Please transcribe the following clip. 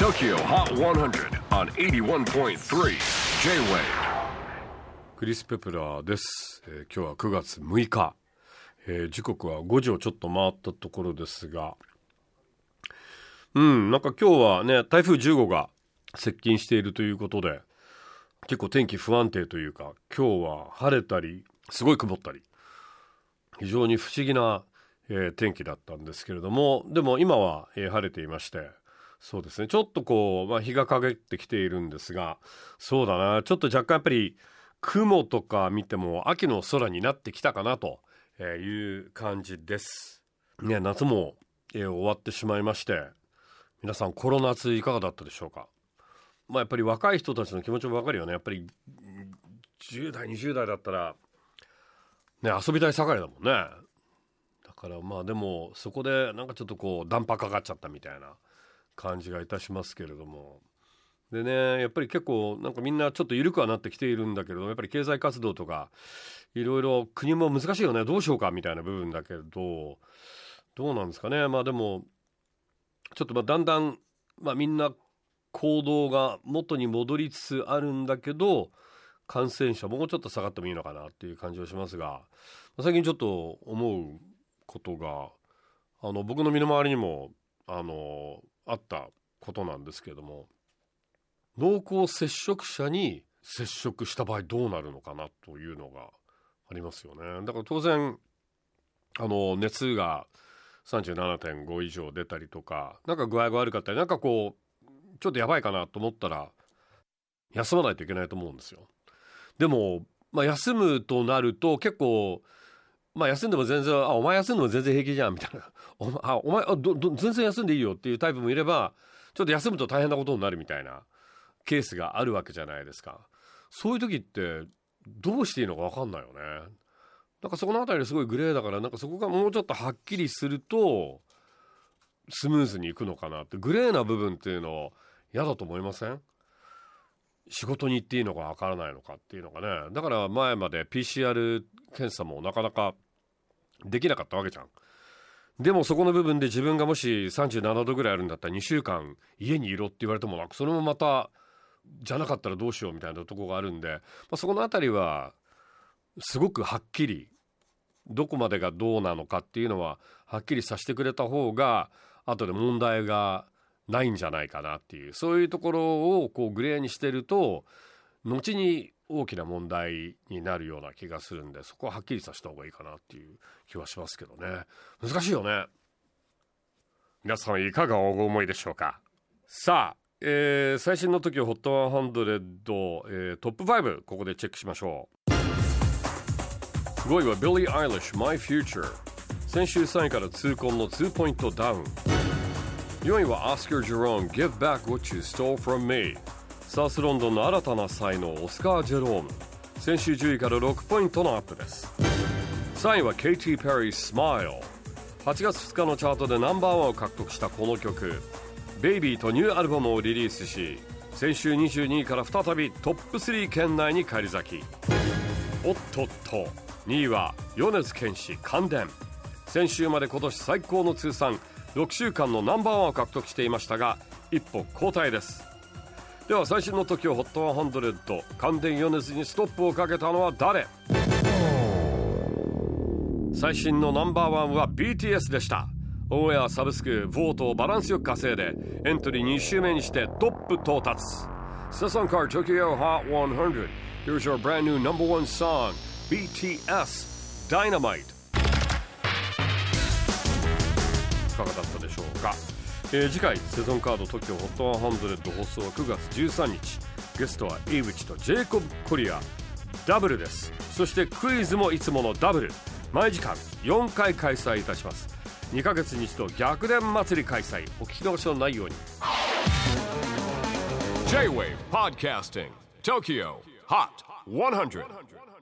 TOKYO HOT 100 on 81.3 J-WAVE クリス・ペプラーです。今日は9月6日、時刻は5時をちょっと回ったところですが、なんか今日はね、台風10号が接近しているということで、結構天気不安定というか、今日は晴れたりすごい曇ったり、非常に不思議な、天気だったんですけれども、でも今は、晴れていまして、そうですね、ちょっとこう、日が陰ってきているんですが、そうだな、ちょっと若干やっぱり雲とか見ても秋の空になってきたかなという感じです。ね、夏も、終わってしまいまして、皆さんこの夏いかがだったでしょうか。やっぱり若い人たちの気持ちも分かるよね。やっぱり10代20代だったらね、遊びたい盛りだもんね。だからでもそこでなんかちょっとこうダンパかかっちゃったみたいな感じがいたしますけれども、でね、やっぱり結構なんかみんなちょっと緩くはなってきているんだけれども、やっぱり経済活動とかいろいろ国も難しいよね、どうしようかみたいな部分だけど、どうなんですかね。でもちょっとだんだんみんな行動が元に戻りつつあるんだけど、感染者もうちょっと下がってもいいのかなっていう感じはしますが、最近ちょっと思うことが僕の身の回りにもあったことなんですけれども、濃厚接触者に接触した場合どうなるのかなというのがありますよね。だから当然熱が 37.5 以上出たりとか、なんか具合が悪かったり、なんかこうちょっとやばいかなと思ったら休まないといけないと思うんですよ。でも、休むとなると結構、休んでも全然お前休んでも全然平気じゃんみたいなお前全然休んでいいよっていうタイプもいれば、ちょっと休むと大変なことになるみたいなケースがあるわけじゃないですか。そういう時ってどうしていいのか分かんないよね。なんかそこのあたりすごいグレーだから、なんかそこがもうちょっとはっきりするとスムーズにいくのかなって。グレーな部分っていうの嫌だと思いません？仕事に行っていいのか分からないのかっていうのがね。だから前まで PCR 検査もなかなかできなかったわけじゃん。でもそこの部分で自分がもし37度ぐらいあるんだったら2週間家にいろって言われても、なんかそれもまたじゃなかったらどうしようみたいなところがあるんで、そこのあたりはすごくはっきりどこまでがどうなのかっていうのははっきりさせてくれた方が後で問題がないんじゃないかなっていう、そういうところをこうグレーにしてると後に大きな問題になるような気がするんで、そこははっきりさせた方がいいかなっていう気はしますけどね。難しいよね。皆さんいかがお思いでしょうか。さあ、最新の時 HOT100、トップ5ここでチェックしましょう。5位は Billie Eilish My Future。 先週3位から痛恨の2ポイントダウン。4位は Oscar Jerome Give Back What You Stole From Me。 サウスロンドンの新たな才能オスカー・ジェローム、先週10位から6ポイントのアップです。3位は Katy Perry Smile。 8月2日のチャートでナンバーワンを獲得したこの曲、ベイビーとニューアルバムをリリースし、先週22位から再びトップ3圏内に返り咲き。おっとっと、2位は米津玄師感電。先週まで今年最高の通算6週間のナンバーワンを獲得していましたが、一歩後退です。では最新の時を HOT100、 感電米津にストップをかけたのは誰？最新のナンバーワンは BTS でした。オンエア、サブスク、ボートをバランスよく稼いでエントリー2週目にしてトップ到達。セソンカー Tokyo Hot 100。 Here's your brand new number one song BTS Dynamite。 いかがだったでしょうか。次回セゾンカード TOKYO HOT100 放送は9月13日。ゲストは井口とジェイコブ・コリア、ダブルです。そしてクイズもいつものダブル、毎時間4回開催いたします。2ヶ月に一度逆転祭り開催。お聞き逃しのないように。 J-WAVE PODCASTING TOKYO HOT 100